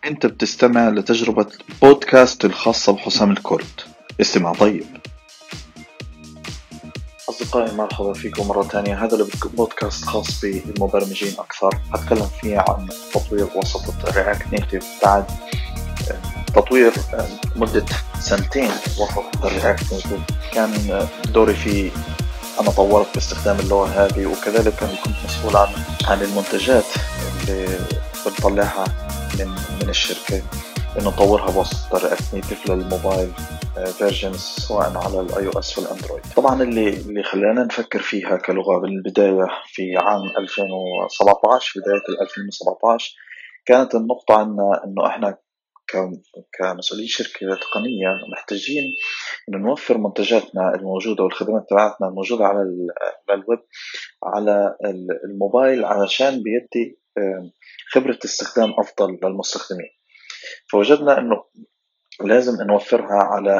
أنت بتستمع لتجربة بودكاست الخاصة بحسام الكرد. استمع طيب. أصدقائي، مرحبا فيكم مرة تانية. هذا البودكاست خاص بالمبرمجين أكثر. هتكلم فيه عن تطوير وسط رياكت نيتيف بعد تطوير مدة سنتين وسط رياكت نيتيف. كان دوري فيه أنا طورت باستخدام اللغة هذه، وكذلك أنا كنت مسؤول عن المنتجات اللي بنطلعها من الشركة، إنه نطورها بوسط رياكت نيتيف للموبايل فيرجنز سواء على الاي او اس والاندرويد. طبعا اللي خلانا نفكر فيها كلغة بالبداية في عام 2017، بداية 2017 كانت النقطة عنا إنه إحنا كمسؤولين شركة تقنية محتاجين إنه نوفر منتجاتنا الموجودة والخدمات تبعتنا الموجودة على الويب على الموبايل، علشان بيدي خبرة استخدام أفضل للمستخدمين. فوجدنا إنه لازم نوفرها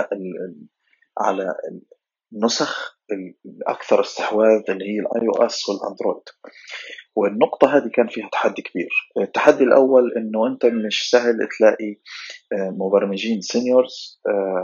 على النسخ الأكثر استحواذ اللي هي الاي او اس والاندرويد. والنقطة هذه كان فيها تحدي كبير. التحدي الأول إنه أنت مش سهل تلاقي مبرمجين سينيورز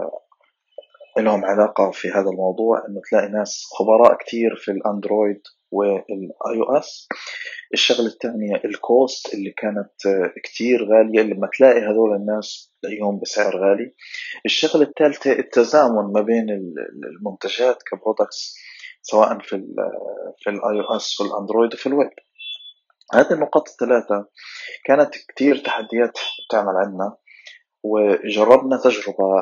لهم علاقة في هذا الموضوع، إنه تلاقي ناس خبراء كتير في الأندرويد والاي او اس. الشغلة الثانية الكوست اللي كانت كتير غالية، لما تلاقي هذول الناس تلاقيهم بسعر غالي. الشغلة الثالثة التزامن ما بين المنتجات كبرودكتس سواء في الاي او اس والاندرويد وفي الويب. هذه النقاط الثلاثة كانت كتير تحديات تعمل عنا، وجربنا تجربة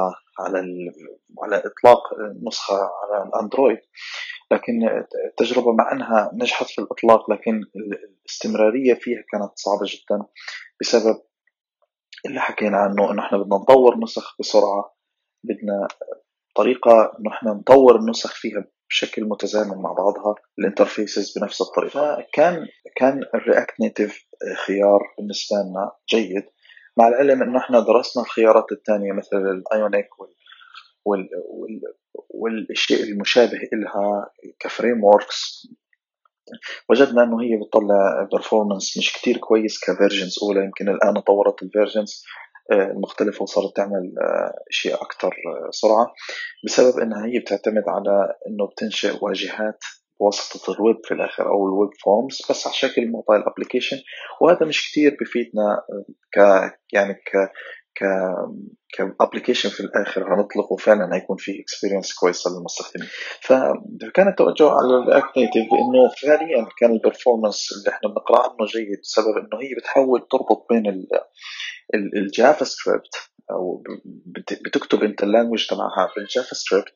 على إطلاق نسخة على الأندرويد، لكن التجربة مع أنها نجحت في الإطلاق لكن الاستمرارية فيها كانت صعبة جدا، بسبب اللي حكينا عنه إنه إحنا بدنا نطور نسخ بسرعة، بدنا طريقة إنه إحنا نطور النسخ فيها بشكل متزامن مع بعضها، الانترفيسز بنفس الطريقة. فكان الرياكت نيتيف خيار بالنسبة لنا جيد، مع العلم إنه إحنا درسنا الخيارات الثانية مثل الأيونيك وال وال والشيء المشابه إلها كفريم ووركس. وجدنا إنه هي بتطلع performance مش كتير كويس كفيرجنز أولى. يمكن الآن طورت الفيرجنز المختلفة وصارت تعمل شيء أكتر سرعة، بسبب إنها هي بتعتمد على إنه بتنشئ واجهات بواسطة الويب في الآخر أو الويب فورمز بس على شكل موبايل أبليكيشن. وهذا مش كتير بفيدنا ك يعني ك كابلكيشن في الاخر هنطلقه فعلا هيكون فيه اكسبيرينس كويسه للمستخدمين. فكان التوجه على الرياكت نيتيف بانه فعليا كان البرفورمانس اللي احنا بنقرا عنه جيد، بسبب انه هي بتحاول تربط بين الجافا سكريبت، او بتكتب انت اللانجوج تبعها بالجافا سكريبت،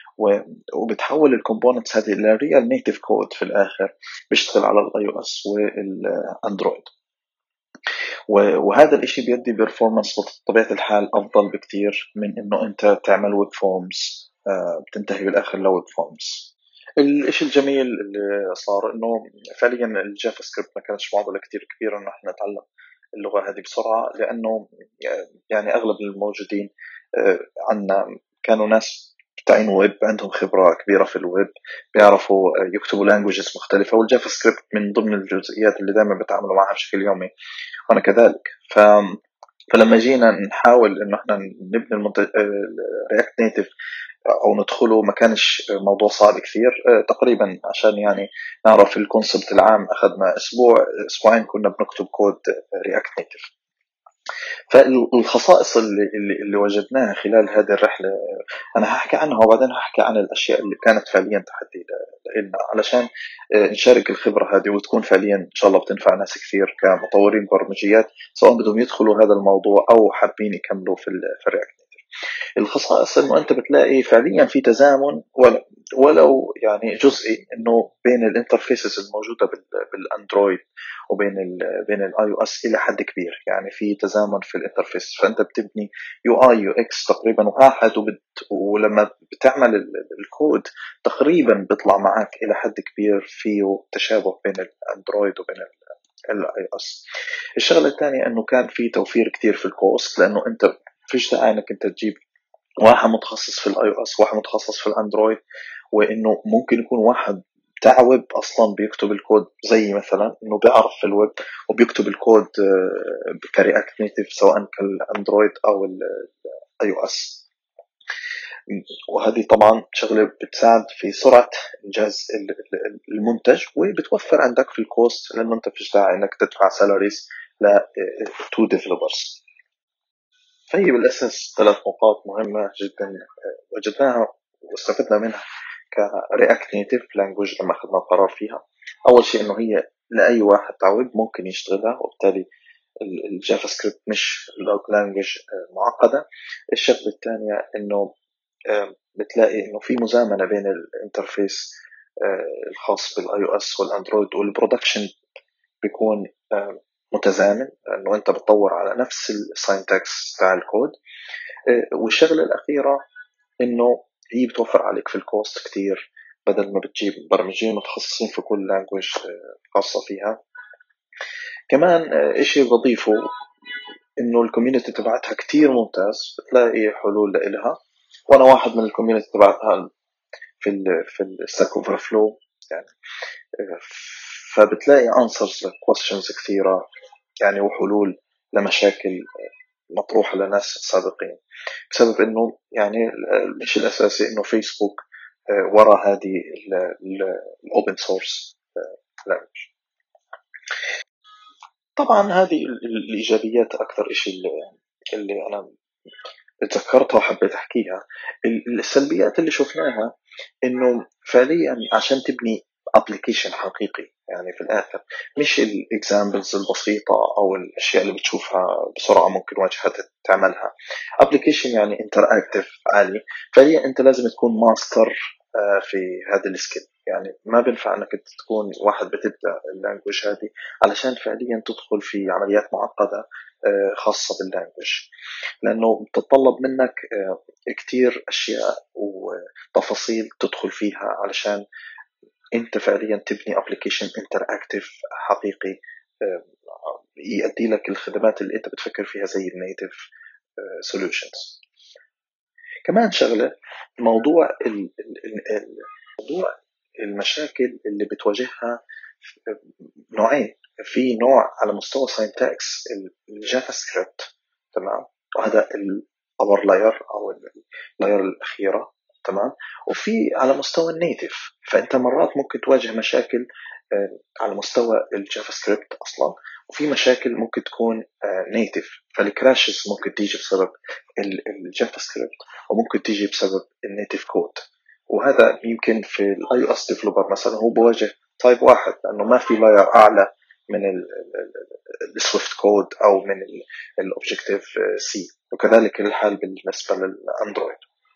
وبتحول الكومبوننتس هذه لريال نيتيف كود في الاخر بيشتغل على الاي او اس والاندرويد. وهذا الاشي بيدي بيرفورمانس بطبيعة الحال افضل بكتير من انه انت تعمل ويب فورمز بتنتهي بالاخر لويب فورمز. الاشي الجميل اللي صار انه فعليا الجافا سكريبت ما كانتش معضلة كتير كبيرة انه احنا نتعلم اللغة هذه بسرعة، لانه يعني اغلب الموجودين عنا كانوا ناس بتاعين ويب، عندهم خبرة كبيرة في الويب، بيعرفوا يكتبوا لانجوجز مختلفة، والجافا سكريبت من ضمن الجزئيات اللي دائما بتعاملوا معها بشكل يومي، وأنا كذلك. فلما جينا نحاول إنه إحنا نبني الرياكت نيتيف أو ندخله، ما كانش موضوع صعب كثير. تقريبا عشان يعني نعرف الكونسبت العام أخذنا أسبوعين كنا بنكتب كود رياكت نيتيف. فالخصائص اللي وجدناها خلال هذه الرحلة أنا هحكي عنها، وبعدين هحكي عن الأشياء اللي كانت فعليا تحدي لنا، علشان نشارك الخبرة هذه وتكون فعليا إن شاء الله بتنفع ناس كثير كمطورين برمجيات، سواء بدهم يدخلوا هذا الموضوع أو حابين يكملوا في الرياكت. الخصائص انه انت بتلاقي فعليا في تزامن ولو يعني جزئي انه بين الانترفيسز الموجوده بالاندرويد بين الاي او اس الى حد كبير، يعني في تزامن في الانترفيس. فانت بتبني يو اي يو اكس تقريبا واحد، ولما بتعمل الكود تقريبا بيطلع معك الى حد كبير فيه تشابه بين الاندرويد وبين الاي او اس. الشغله الثانيه انه كان في توفير كتير في الكوست، لانه انت فيش داعي انك انت تجيب واحد متخصص في الاي او اس واحد متخصص في الاندرويد، وانه ممكن يكون واحد بتاع ويب اصلا بيكتب الكود، زي مثلا انه بيعرف في الويب وبيكتب الكود كرياكت نيتف سواء كالاندرويد او الاي او اس. وهذه طبعا شغله بتساعد في سرعه انجاز المنتج، وبتوفر عندك في الكوست، لانه انت فيش داعي انك تدفع سالاريز ل تو ديفلوبرز. فهي بالاساس ثلاث نقاط مهمه جدا وجدناها واستفدنا منها كرياكت نيتف لانجوج لما اخذنا قرار فيها. اول شيء انه هي لاي واحد تعود ممكن يشتغلها، وبالتالي الجافا سكريبت مش لانجوج معقده. الشغله الثانيه انه بتلاقي انه في مزامنه بين الانترفيس الخاص بالاي او اس والاندرويد والبرودكشن، بيكون متزامن، لانه انت بتطور على نفس الساينتاكس تاع الكود. والشغله الاخيره انه هي بتوفر عليك في الكوست كتير، بدل ما بتجيب مبرمجين متخصصين في كل لانجوج خاصة فيها. كمان اشي بضيفه انه الكوميونتي تبعتها كتير ممتاز، بتلاقي حلول لإلها، وانا واحد من الكوميونتي تبعتها في الستاك اوفر فلو يعني. فبتلاقي answers questions كثيرة يعني، وحلول لمشاكل مطروحة لناس سابقين، بسبب انه يعني الشيء الاساسي انه فيسبوك وراء هذه الاوبن سورس لانجوج. طبعا هذه الايجابيات اكثر شيء اللي انا تذكرتها وحبيت احكيها. السلبيات اللي شفناها انه فعليا عشان تبني ابلكيشن حقيقي يعني في الاخر، مش الاكزامبلز البسيطه او الاشياء اللي بتشوفها بسرعه ممكن واجهه تعملها. ابلكيشن يعني انتراكتيف عالي، فعليا انت لازم تكون ماستر في هذا السكيل. يعني ما بينفع انك تكون واحد بتبدا اللانجوج هذه علشان فعليا تدخل في عمليات معقده خاصه باللانجوج، لانه بتتطلب منك كتير اشياء وتفاصيل تدخل فيها علشان انت فعليا تبني ابلكيشن انتراكتيف حقيقي يؤدي لك الخدمات اللي انت بتفكر فيها زي النيتف سوليوشنز. كمان شغله، موضوع موضوع المشاكل اللي بتواجهها نوعين. في نوع على مستوى ساينتاكس الجافا سكريبت، تمام، وهذا الابر لاير او اللاير الاخيره، تمام. وفي على مستوى النيتف، فانت مرات ممكن تواجه مشاكل على مستوى الجافا سكريبت اصلا، وفي مشاكل ممكن تكون نيتف. فالكراشز ممكن تيجي بسبب الجافا سكريبت، وممكن تيجي بسبب النيتف كود. وهذا يمكن في الاي او اس ديفلوبر مثلا هو بواجه تايب واحد، لانه ما في لاير اعلى من السويفت كود او من الاوبجكتيف سي، وكذلك الحال بالنسبه للاندرويد.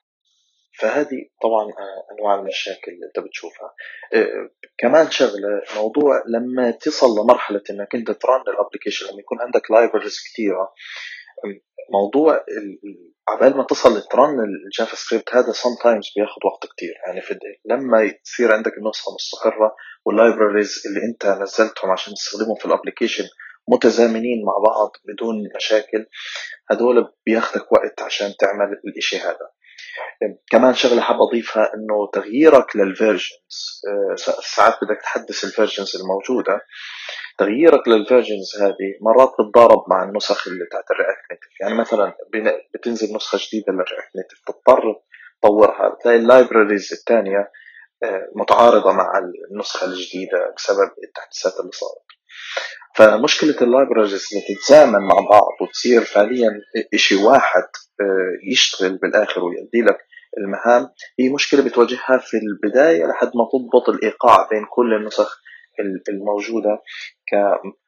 فهذه طبعا انواع المشاكل اللي انت بتشوفها. كمان شغله، موضوع لما تصل لمرحله انك انت ترن الابلكيشن، لما يكون عندك لايبرز كثيره، موضوع عبال ما تصل لترن الجافا سكريبت هذا sometimes بياخد وقت كتير يعني. لما يصير عندك النسخة مستقرة واللايبراريز اللي انت نزلتهم عشان تستخدمهم في الابليكيشن متزامنين مع بعض بدون مشاكل، هدول بياخدك وقت عشان تعمل الاشي هذا. كمان شغلة حاب أضيفها إنه تغييرك للفيرجنز، ساعات بدك تحدث الفيرجنز الموجودة. تغييرك للفيرجنز هذه مرات بتضارب مع النسخ اللي تحت الرياكت نيتف. يعني مثلا بتنزل نسخة جديدة للرياكت نيتف، بتضطر تطورها، بتلاقي اللايبراريز الثانية متعارضة مع النسخة الجديدة بسبب التحديثات اللي صارت. فمشكلة اللايبراريز اللي تتزامن مع بعض وتصير فعليا إشي واحد يشتغل بالآخر ويؤدي لك المهام، هي مشكلة بتواجهها في البداية لحد ما تضبط الإيقاع بين كل النسخ الموجودة ك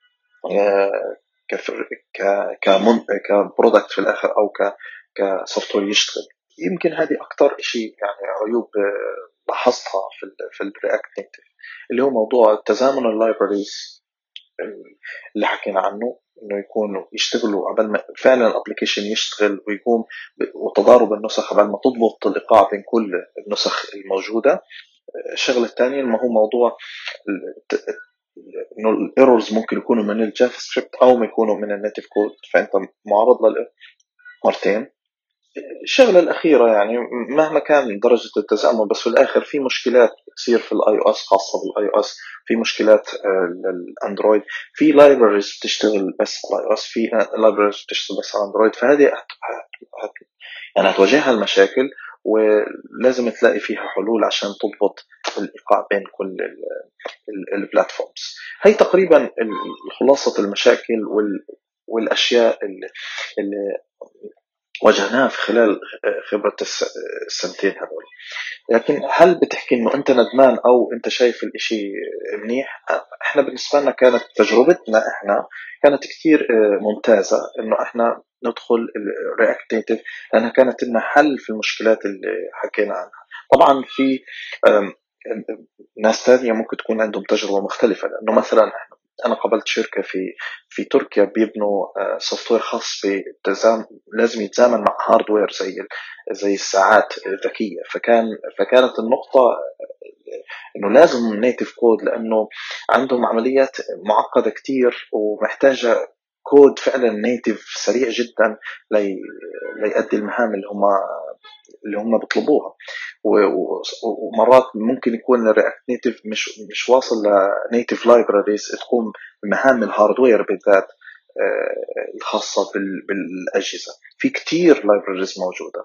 كبرودكت في الآخر، أو كسوفت وير يشتغل. يمكن هذه أكتر شيء يعني عيوب لاحظتها في الرياكت نيتف، اللي هو موضوع تزامن اللايبراريز اللي حكينا عنه، انه يكونوا يشتغلوا قبل ما فعلا الابلكيشن يشتغل ويقوم، وتضارب النسخ قبل ما تضبط الايقاع بين كل النسخ الموجوده. الشغله الثانيه ما هو موضوع انه الايرورز ممكن يكونوا من الجافا سكريبت او ما يكونوا من النيتف كود، فانت معرض للمرتين. الشغلة الأخيرة يعني مهما كان درجة التزامن، بس في الآخر في مشكلات بتصير في الاي او اس، خاصة بالاي او اس في مشكلات للاندرويد. في لايبرز بتشتغل بس على الاي او اس، في لايبرز بتشتغل بس على اندرويد، فهذه يعني هتواجهها المشاكل، ولازم تلاقي فيها حلول عشان تضبط الإيقاع بين كل البلاتفورمز. هي تقريبا خلاصة المشاكل والأشياء اللي واجهناها في خلال خبرة السنتين هذول. لكن هل بتحكي انه انت ندمان او انت شايف الاشي منيح؟ احنا بالنسبة لنا كانت تجربتنا احنا كانت كتير ممتازة انه احنا ندخل الرياكت نيتف، لانها كانت لنا حل في المشكلات اللي حكينا عنها. طبعا في آم، ناس ثانية ممكن تكون عندهم تجربة مختلفة، لانه مثلا انا قابلت شركة في تركيا بيبنوا سوفت وير خاص لازم يتزامن مع هاردوير زي الساعات الذكية. فكانت النقطة انه لازم نيتف كود، لانه عندهم عمليات معقدة كتير ومحتاجة كود فعلا نيتف سريع جدا ليؤدي المهام اللي هم بيطلبوها. ومرات ممكن يكون الرياكت نيتف مش واصل لنيتف لايبراريز تقوم بمهام الهاردوير بالذات الخاصة بالأجهزة. في كتير لايبراريز موجودة.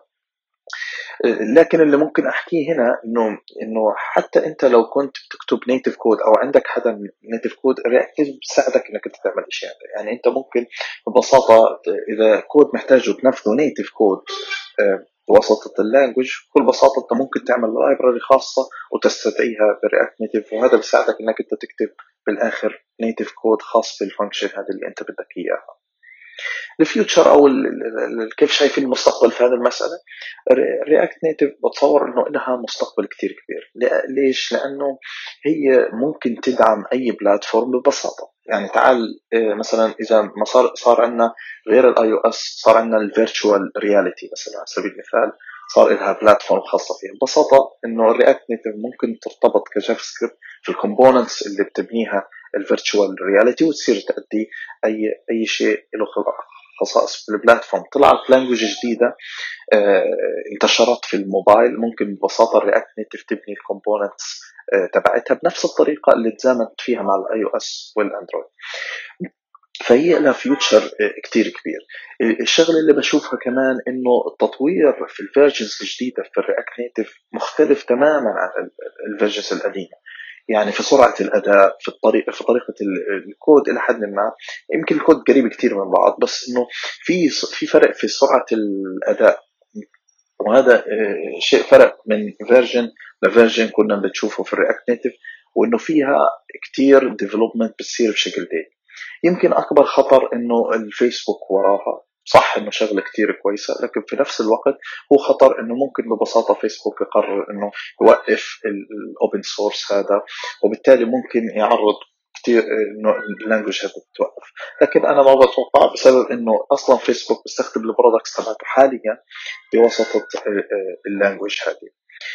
لكن اللي ممكن احكيه هنا انه حتى انت لو كنت بتكتب نيتف كود او عندك حدا نيتف كود، رياكت بيساعدك انك انت تعمل اشياء. يعني انت ممكن ببساطه اذا كود محتاجه تنفذه نيتف كود بواسطه اللانجوج، بكل بساطه انت ممكن تعمل لايبراري خاصه وتستدعيها برياكت نيتف، وهذا بيساعدك انك انت تكتب بالاخر نيتف كود خاص بالفانكشن هذا اللي انت بدك اياها. الفيوتشر او كيف شايفين المستقبل في هذه المساله؟ رياكت نيتف بتصور انه لها مستقبل كتير كبير. ليش؟ لانه هي ممكن تدعم اي بلاتفورم ببساطه. يعني تعال مثلا اذا ما صار عندنا غير الاي او اس، صار عندنا الفيرتشوال رياليتي مثلا على سبيل المثال، صار لها بلاتفورم خاصه فيها. ببساطه انه الرياكت نيتف ممكن ترتبط كجافا سكريبت في الكومبوننتس اللي بتبنيها الفيرتشوال رياليتي، وتصير تأدي اي شيء له خصائص في البلاتفورم. طلعت لانجوج جديده انتشرت في الموبايل، ممكن ببساطه الرياكت نيتف تبني الكومبوننتس تبعتها بنفس الطريقه اللي تزامنت فيها مع الاي او اس والاندرويد. فهي لها فيوتشر كتير كبير. الشغله اللي بشوفها كمان انه التطوير في الفيرجنز الجديده في الرياكت نيتف مختلف تماما عن الفيرجنز القديمه. يعني في سرعه الاداء، في طريقه الكود الى حد ما. يمكن الكود قريب كتير من بعض، بس انه في فرق في سرعه الاداء. وهذا شيء فرق من فيرجن لفيرجن كنا بنشوفه في الرياكت نيتف، وانه فيها كتير ديفلوبمنت بتصير بشكل دائم. يمكن اكبر خطر انه الفيسبوك وراها. صح انه شغله كتير كويسه، لكن في نفس الوقت هو خطر انه ممكن ببساطه فيسبوك يقرر انه يوقف الاوبن سورس هذا، وبالتالي ممكن يعرض كتير انه اللانجوج هذا تتوقف. لكن انا ما بتوقع، بسبب انه اصلا فيسبوك بيستخدم البرودكتس تبعته حاليا بواسطه اللانجوج هذه.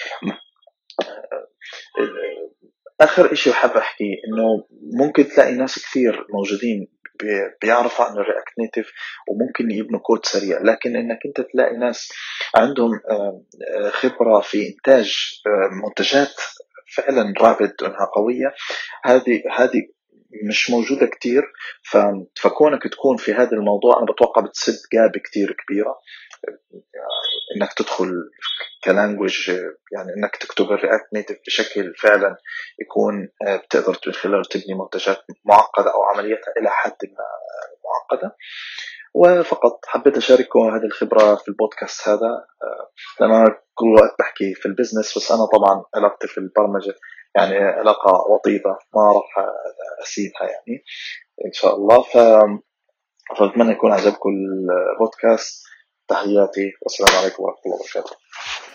اخر اشي بحب احكيه انه ممكن تلاقي ناس كثير موجودين بيعرفوا عن الرياكت نيتف وممكن يبنوا كود سريع، لكن انك انت تلاقي ناس عندهم خبرة في انتاج منتجات فعلا رابد وانها قوية، هذه مش موجودة كتير. فكونك تكون في هذا الموضوع، أنا بتوقع بتسد جاب كتير كبيرة انك تدخل كلانجوج. يعني انك تكتب الرياكت نيتف بشكل فعلا يكون بتقدر من خلاله تبني منتجات معقده او عملياتها الى حد ما معقده. وفقط حبيت اشارككم هذه الخبره في البودكاست هذا، لأن انا كل وقت بحكي في البزنس، بس انا طبعا علاقتي في البرمجه يعني علاقه وطيده، ما راح اسيبها يعني ان شاء الله. فأتمنى يكون عجبكم البودكاست. تحياتي والسلام عليكم ورحمة الله وبركاته.